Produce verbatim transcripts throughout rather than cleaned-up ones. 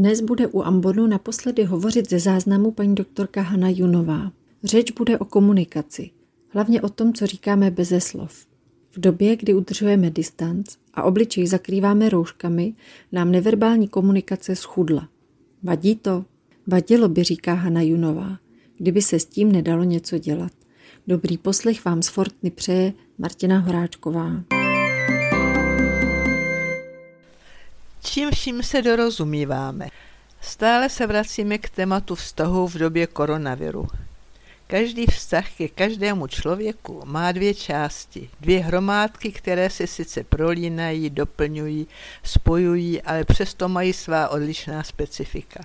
Dnes bude u Ambonu naposledy hovořit ze záznamu paní doktorka Hana Junová. Řeč bude o komunikaci, hlavně o tom, co říkáme beze slov. V době, kdy udržujeme distanc a obličej zakrýváme rouškami, nám neverbální komunikace schudla. Vadí to? Vadilo by, říká Hana Junová, kdyby se s tím nedalo něco dělat. Dobrý poslech vám z Fortny přeje Martina Horáčková. Čím vším se dorozumíváme? Stále se vracíme k tématu vztahu v době koronaviru. Každý vztah ke každému člověku má dvě části, dvě hromádky, které se sice prolínají, doplňují, spojují, ale přesto mají svá odlišná specifika.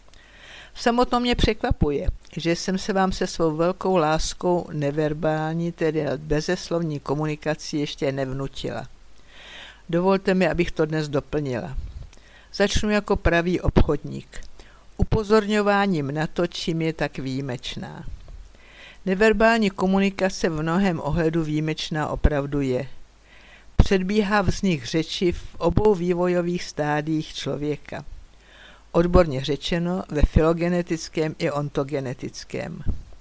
Samotno mě překvapuje, že jsem se vám se svou velkou láskou neverbální, tedy bezeslovní komunikací ještě nevnutila. Dovolte mi, abych to dnes doplnila. Začnu jako pravý obchodník. Upozorňováním na to, čím je tak výjimečná. Neverbální komunikace v mnohém ohledu výjimečná opravdu je. Předbíhá vznik řeči v obou vývojových stádiích člověka. Odborně řečeno ve filogenetickém i ontogenetickém.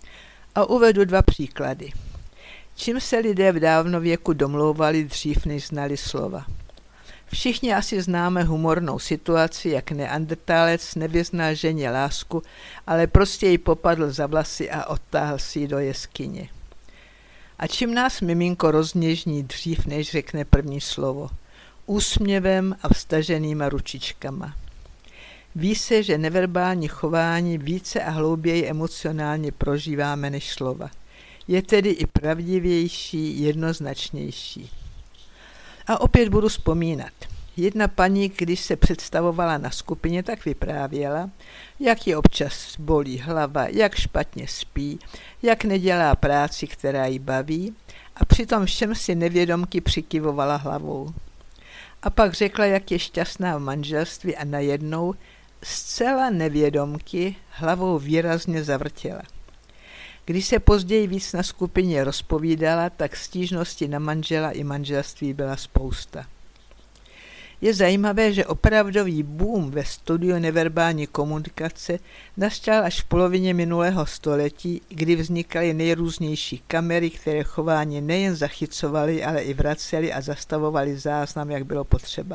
A uvedu dva příklady. Čím se lidé v dávnověku domlouvali dřív, než znali slova? Všichni asi známe humornou situaci, jak neandertálec nevyznal ženě lásku, ale prostě ji popadl za vlasy a odtáhl si ji do jeskyně. A čím nás miminko rozněžní dřív, než řekne první slovo? Úsměvem a vstaženýma ručičkama. Ví se, že neverbální chování více a hlouběji emocionálně prožíváme než slova. Je tedy i pravdivější, jednoznačnější. A opět budu vzpomínat. Jedna paní, když se představovala na skupině, tak vyprávěla, jak ji občas bolí hlava, jak špatně spí, jak nedělá práci, která ji baví, a přitom všem si nevědomky přikyvovala hlavou. A pak řekla, jak je šťastná v manželství a najednou zcela nevědomky hlavou výrazně zavrtěla. Když se později víc na skupině rozpovídala, tak stížností na manžela i manželství byla spousta. Je zajímavé, že opravdový boom ve studiu neverbální komunikace nastal až v polovině minulého století, kdy vznikaly nejrůznější kamery, které chování nejen zachycovaly, ale i vracely a zastavovaly záznam, jak bylo potřeba.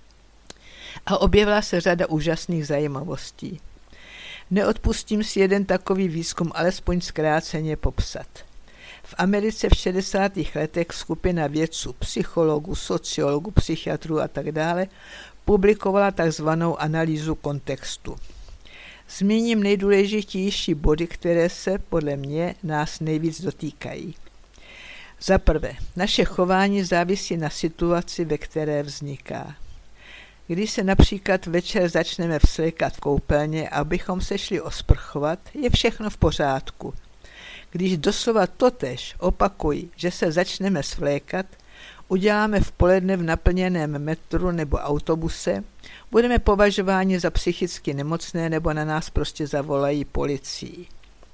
A objevila se řada úžasných zajímavostí. Neodpustím si jeden takový výzkum alespoň zkráceně popsat. V Americe v šedesátých letech skupina vědců, psychologů, sociologů, psychiatrů a tak dále publikovala takzvanou analýzu kontextu. Zmíním nejdůležitější body, které se podle mě nás nejvíc dotýkají. Za prvé, naše chování závisí na situaci, ve které vzniká. Když se například večer začneme vslékat v koupelně, abychom se šli osprchovat, je všechno v pořádku. Když doslova totéž opakuji, že se začneme svlékat, uděláme v poledne v naplněném metru nebo autobuse, budeme považováni za psychicky nemocné nebo na nás prostě zavolají policii.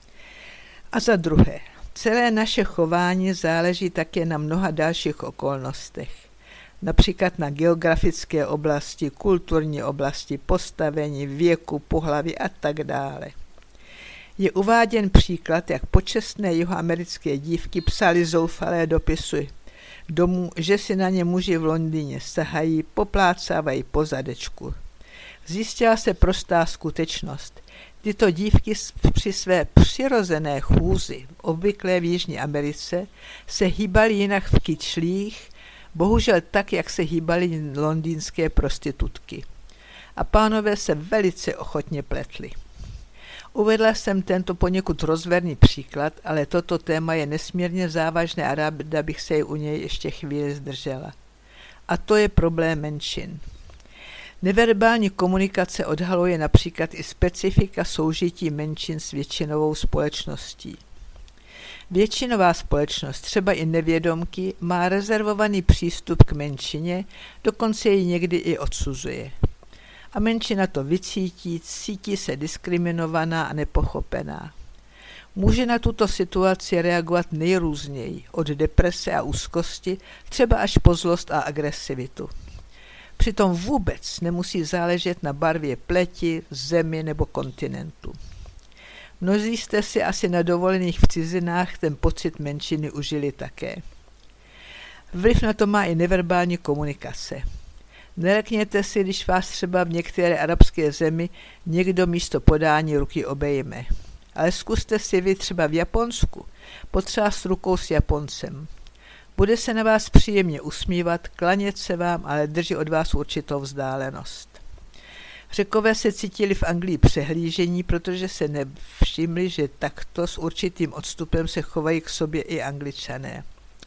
A za druhé, celé naše chování záleží také na mnoha dalších okolnostech. Například na geografické oblasti, kulturní oblasti, postavení, věku, pohlaví a tak dále. Je uváděn příklad, jak počestné jihoamerické dívky psaly zoufalé dopisy domů, že si na ně muži v Londýně sahají, poplácávají po zadečku. Zjistila se prostá skutečnost. Tyto dívky při své přirozené chůzi, obvyklé v Jižní Americe, se hýbaly jinak v kyčlích, bohužel tak, jak se hýbaly londýnské prostitutky. A pánové se velice ochotně pletli. Uvedla jsem tento poněkud rozverný příklad, ale toto téma je nesmírně závažné a ráda bych se u něj ještě chvíli zdržela. A to je problém menšin. Neverbální komunikace odhaluje například i specifika soužití menšin s většinovou společností. Většinová společnost, třeba i nevědomky, má rezervovaný přístup k menšině, dokonce ji někdy i odsuzuje. A menšina to vycítí, cítí se diskriminovaná a nepochopená. Může na tuto situaci reagovat nejrůzněji, od deprese a úzkosti, třeba až po zlost a agresivitu. Přitom vůbec nemusí záležet na barvě pleti, zemi nebo kontinentu. Mnozí jste si asi na dovolených v cizinách ten pocit menšiny užili také. Vliv na to má i neverbální komunikace. Nelekněte si, když vás třeba v některé arabské zemi někdo místo podání ruky obejme. Ale zkuste si vy třeba v Japonsku potřást rukou s Japoncem. Bude se na vás příjemně usmívat, klanět se vám, ale drží od vás určitou vzdálenost. Řekové se cítili v Anglii přehlížení, protože se nevšimli, že takto s určitým odstupem se chovají k sobě i Angličané.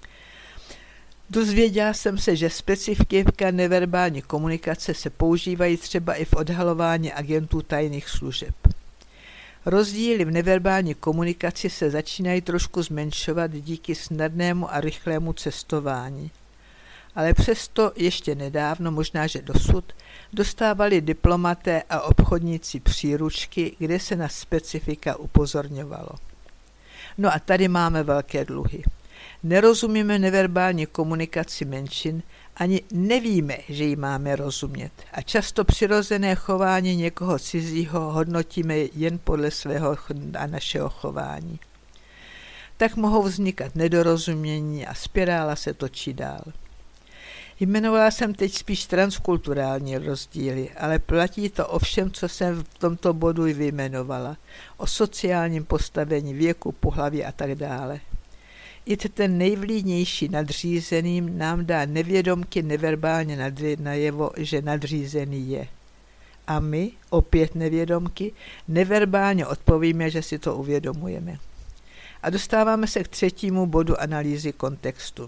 Dozvěděla jsem se, že specifika neverbální komunikace se používají třeba i v odhalování agentů tajných služeb. Rozdíly v neverbální komunikaci se začínají trošku zmenšovat díky snadnému a rychlému cestování. Ale přesto ještě nedávno, možná že dosud, dostávali diplomaté a obchodníci příručky, kde se na specifika upozorňovalo. No a tady máme velké dluhy. Nerozumíme neverbální komunikaci menšin, ani nevíme, že ji máme rozumět. A často přirozené chování někoho cizího hodnotíme jen podle svého a našeho chování. Tak mohou vznikat nedorozumění a spirála se točí dál. Jmenovala jsem teď spíš transkulturální rozdíly, ale platí to o všem, co jsem v tomto bodu vyjmenovala. O sociálním postavení, věku, pohlaví a tak dále. I ten nejvlídnější nadřízeným nám dá nevědomky neverbálně najevo, že nadřízený je. A my, opět nevědomky, neverbálně odpovíme, že si to uvědomujeme. A dostáváme se k třetímu bodu analýzy kontextu.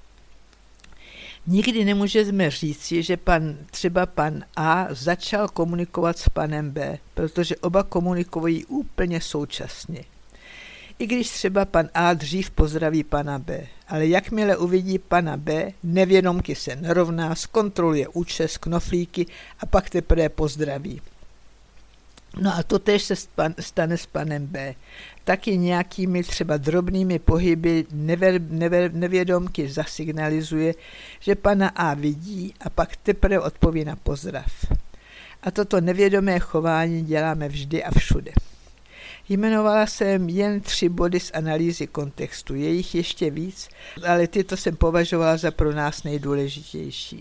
Nikdy nemůžeme říci, že pan, třeba pan A začal komunikovat s panem B, protože oba komunikují úplně současně. I když třeba pan A dřív pozdraví pana B, ale jakmile uvidí pana B, nevědomky se narovná, zkontroluje účes, knoflíky a pak teprve pozdraví. No a to též se stane s panem B. Taky nějakými třeba drobnými pohyby never, never, nevědomky zasignalizuje, že pana A vidí a pak teprve odpoví na pozdrav. A toto nevědomé chování děláme vždy a všude. Jmenovala jsem jen tři body z analýzy kontextu, je jich ještě víc, ale tyto jsem považovala za pro nás nejdůležitější.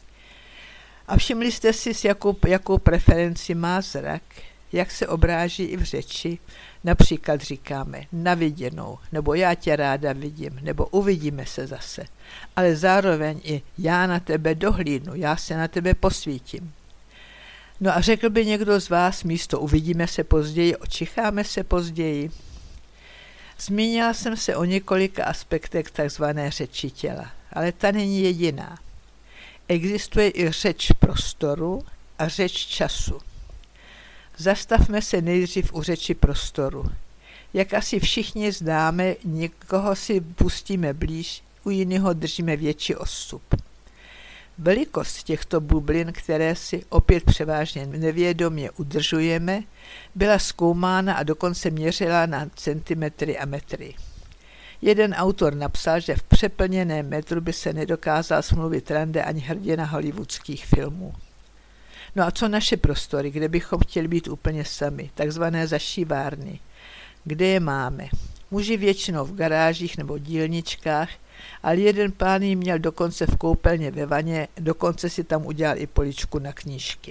A všimli jste si, s jakou, jakou preferenci má zrak, jak se obráží i v řeči, například říkáme na viděnou, nebo já tě ráda vidím, nebo uvidíme se zase, ale zároveň i já na tebe dohlídnu, já se na tebe posvítím. No a řekl by někdo z vás místo uvidíme se později, očicháme se později. Zmínila jsem se o několika aspektech takzvané řeči těla, ale ta není jediná. Existuje i řeč prostoru a řeč času. Zastavme se nejdřív u řeči prostoru. Jak asi všichni známe, někoho si pustíme blíž, u jiného držíme větší odstup. Velikost těchto bublin, které si opět převážně nevědomě udržujeme, byla zkoumána a dokonce měřila na centimetry a metry. Jeden autor napsal, že v přeplněném metru by se nedokázal smluvit rande ani hrdina hollywoodských filmů. No a co naše prostory, kde bychom chtěli být úplně sami, takzvané zašívárny? Kde je máme? Muži většinou v garážích nebo dílničkách, ale jeden pán ji měl dokonce v koupelně ve vaně, dokonce si tam udělal i poličku na knížky.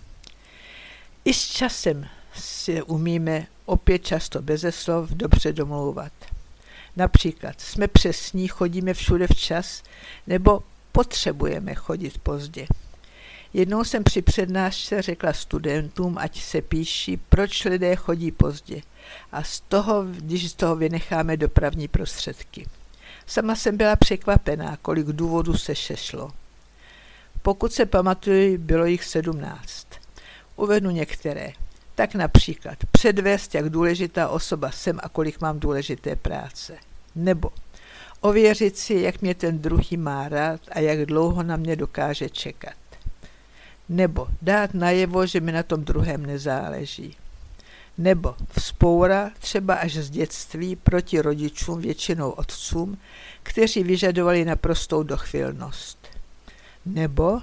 I s časem si umíme opět často beze slov dobře domlouvat. Například jsme přesní, chodíme všude včas, nebo potřebujeme chodit pozdě. Jednou jsem při přednášce řekla studentům, ať se píší, proč lidé chodí pozdě, a z toho, když z toho vynecháme dopravní prostředky. Sama jsem byla překvapená, kolik důvodů se šešlo. Pokud se pamatuju, bylo jich sedmnáct. Uvedu některé. Tak například předvést, jak důležitá osoba jsem a kolik mám důležité práce. Nebo ověřit si, jak mě ten druhý má rád a jak dlouho na mě dokáže čekat. Nebo dát najevo, že mi na tom druhém nezáleží. Nebo vzpoura, třeba až z dětství, proti rodičům, většinou otcům, kteří vyžadovali naprostou dochvilnost. Nebo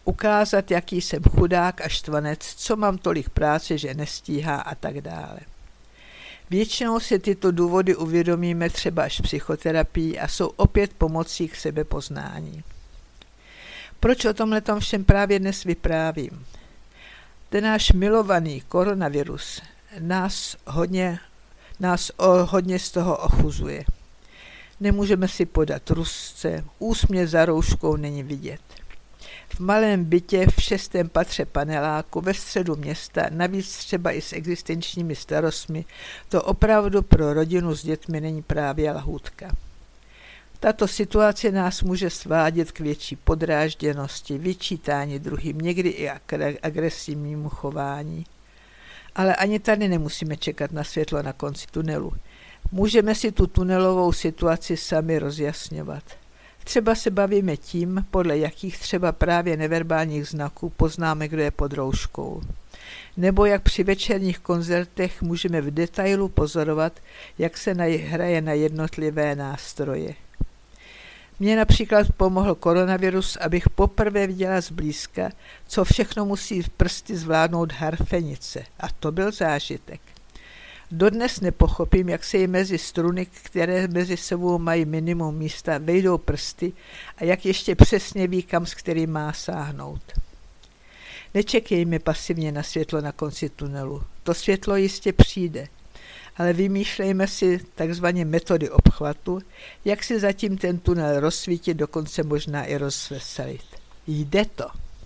ukázat, jaký jsem chudák a štvanec, co mám tolik práce, že nestíhá a tak dále. Většinou si tyto důvody uvědomíme třeba až psychoterapii a jsou opět pomocí k sebepoznání. Proč o tomhletom všem právě dnes vyprávím? Ten náš milovaný koronavirus nás hodně, nás o, hodně z toho ochuzuje. Nemůžeme si podat rusce, úsměv za rouškou není vidět. V malém bytě v šestém patře paneláku ve středu města, navíc třeba i s existenčními starostmi, to opravdu pro rodinu s dětmi není právě lahůdka. Tato situace nás může svádět k větší podrážděnosti, vyčítání druhým, někdy i agresivnímu chování. Ale ani tady nemusíme čekat na světlo na konci tunelu. Můžeme si tu tunelovou situaci sami rozjasňovat. Třeba se bavíme tím, podle jakých třeba právě neverbálních znaků poznáme, kdo je pod rouškou. Nebo jak při večerních koncertech můžeme v detailu pozorovat, jak se hraje na jednotlivé nástroje. Mně například pomohl koronavirus, abych poprvé viděla zblízka, co všechno musí v prsty zvládnout harfenice. A to byl zážitek. Dodnes nepochopím, jak se jí mezi struny, které mezi sebou mají minimum místa, vejdou prsty a jak ještě přesně ví, kam s kterým má sáhnout. Nečekejme pasivně na světlo na konci tunelu. To světlo jistě přijde, ale vymýšlejme si takzvané metody obchvatu, jak si zatím ten tunel rozsvítit, dokonce možná i rozveselit. Jde to.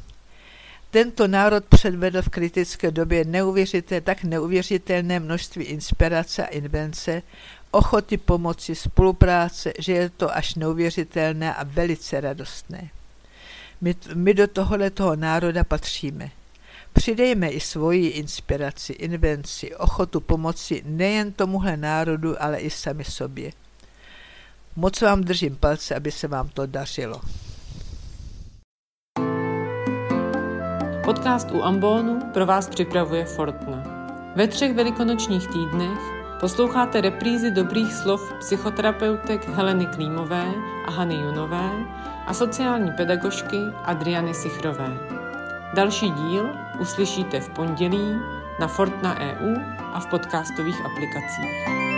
Tento národ předvedl v kritické době neuvěřitelné, tak neuvěřitelné množství inspirace a invence, ochoty pomoci, spolupráce, že je to až neuvěřitelné a velice radostné. My, my do tohoto národa patříme. Přidejme i svoji inspiraci, invenci, ochotu pomoci nejen tomuhle národu, ale i sami sobě. Moc vám držím palce, aby se vám to dařilo. Podcast u ambonu pro vás připravuje Fortna. Ve třech velikonočních týdnech posloucháte reprízy dobrých slov psychoterapeutek Heleny Klímové a Hany Junové a sociální pedagožky Adriany Sichrové. Další díl uslyšíte v pondělí na Fortna tečka e u a v podcastových aplikacích.